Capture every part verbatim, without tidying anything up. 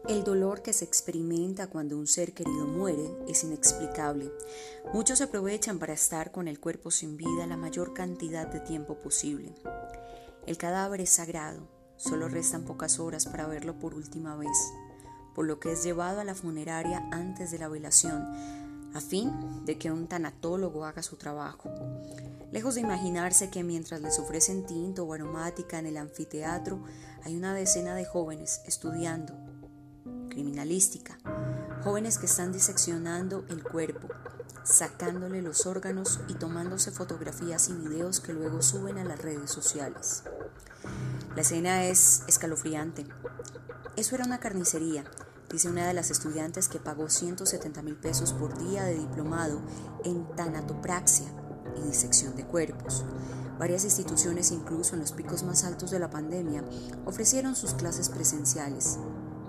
El dolor que se experimenta cuando un ser querido muere es inexplicable. Muchos se aprovechan para estar con el cuerpo sin vida la mayor cantidad de tiempo posible. El cadáver es sagrado, solo restan pocas horas para verlo por última vez, por lo que es llevado a la funeraria antes de la velación, a fin de que un tanatólogo haga su trabajo. Lejos de imaginarse que mientras les ofrecen tinto o aromática en el anfiteatro, hay una decena de jóvenes estudiando criminalística, jóvenes que están diseccionando el cuerpo, sacándole los órganos y tomándose fotografías y videos que luego suben a las redes sociales. La escena es escalofriante. Eso era una carnicería, dice una de las estudiantes que pagó ciento setenta mil pesos por día de diplomado en tanatopraxia y disección de cuerpos. Varias instituciones, incluso en los picos más altos de la pandemia, ofrecieron sus clases presenciales.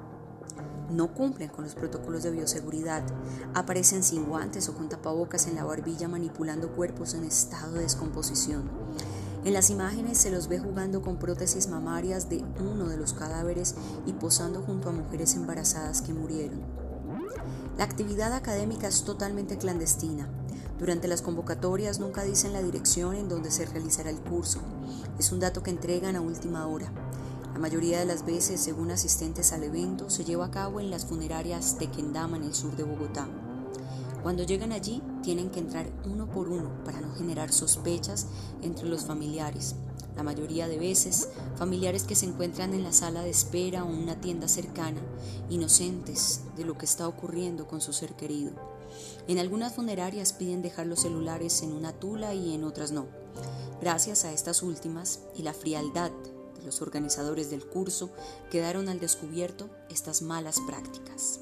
No cumplen con los protocolos de bioseguridad, aparecen sin guantes o con tapabocas en la barbilla manipulando cuerpos en estado de descomposición. En las imágenes se los ve jugando con prótesis mamarias de uno de los cadáveres y posando junto a mujeres embarazadas que murieron. La actividad académica es totalmente clandestina. Durante las convocatorias nunca dicen la dirección en donde se realizará el curso. Es un dato que entregan a última hora. La mayoría de las veces, según asistentes al evento, se lleva a cabo en las funerarias Tequendama en el sur de Bogotá. Cuando llegan allí, tienen que entrar uno por uno para no generar sospechas entre los familiares. La mayoría de veces, familiares que se encuentran en la sala de espera o en una tienda cercana, inocentes de lo que está ocurriendo con su ser querido. En algunas funerarias piden dejar los celulares en una tula y en otras no. Gracias a estas últimas y la frialdad de los organizadores del curso, quedaron al descubierto estas malas prácticas.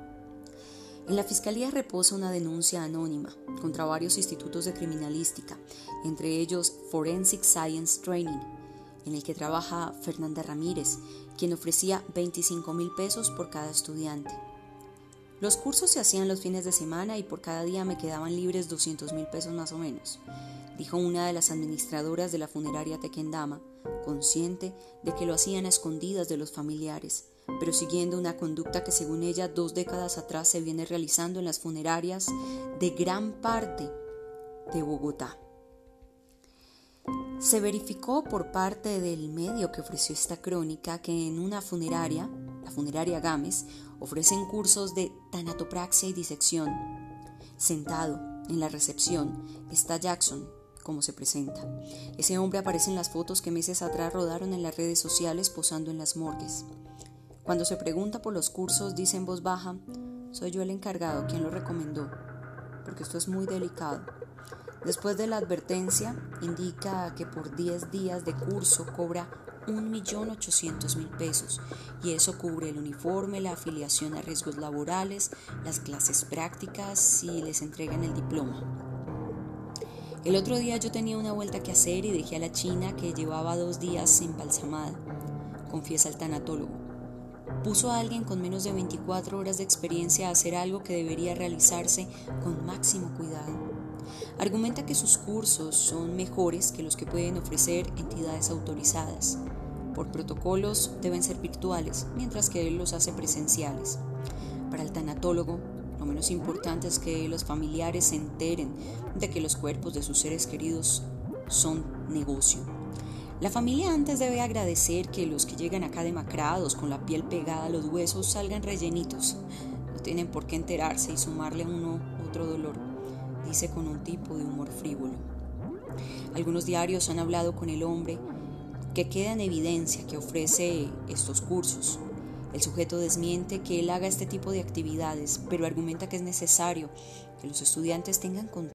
En la Fiscalía reposa una denuncia anónima contra varios institutos de criminalística, entre ellos Forensic Science Training, en el que trabaja Fernanda Ramírez, quien ofrecía veinticinco mil pesos por cada estudiante. Los cursos se hacían los fines de semana y por cada día me quedaban libres doscientos mil pesos más o menos, dijo una de las administradoras de la funeraria Tequendama, consciente de que lo hacían a escondidas de los familiares, pero siguiendo una conducta que según ella dos décadas atrás se viene realizando en las funerarias de gran parte de Bogotá. Se verificó por parte del medio que ofreció esta crónica que en una funeraria, la funeraria Gámez, ofrecen cursos de tanatopraxia y disección. Sentado en la recepción está Jackson, como se presenta. Ese hombre aparece en las fotos que meses atrás rodaron en las redes sociales posando en las morgues. Cuando se pregunta por los cursos, dice en voz baja: soy yo el encargado, quien lo recomendó, porque esto es muy delicado. Después de la advertencia, indica que por diez días de curso cobra un millón ochocientos mil pesos y eso cubre el uniforme, la afiliación a riesgos laborales, las clases prácticas y les entregan el diploma. El otro día yo tenía una vuelta que hacer y dejé a la china que llevaba dos días embalsamada, confiesa el tanatólogo. Puso a alguien con menos de veinticuatro horas de experiencia a hacer algo que debería realizarse con máximo cuidado. Argumenta que sus cursos son mejores que los que pueden ofrecer entidades autorizadas. Por protocolos deben ser virtuales, mientras que él los hace presenciales. Para el tanatólogo, lo menos importante es que los familiares se enteren de que los cuerpos de sus seres queridos son negocio. La familia antes debe agradecer que los que llegan acá demacrados, con la piel pegada a los huesos, salgan rellenitos. No tienen por qué enterarse y sumarle a uno otro dolor, dice con un tipo de humor frívolo. Algunos diarios han hablado con el hombre que queda en evidencia que ofrece estos cursos. El sujeto desmiente que él haga este tipo de actividades, pero argumenta que es necesario que los estudiantes tengan contacto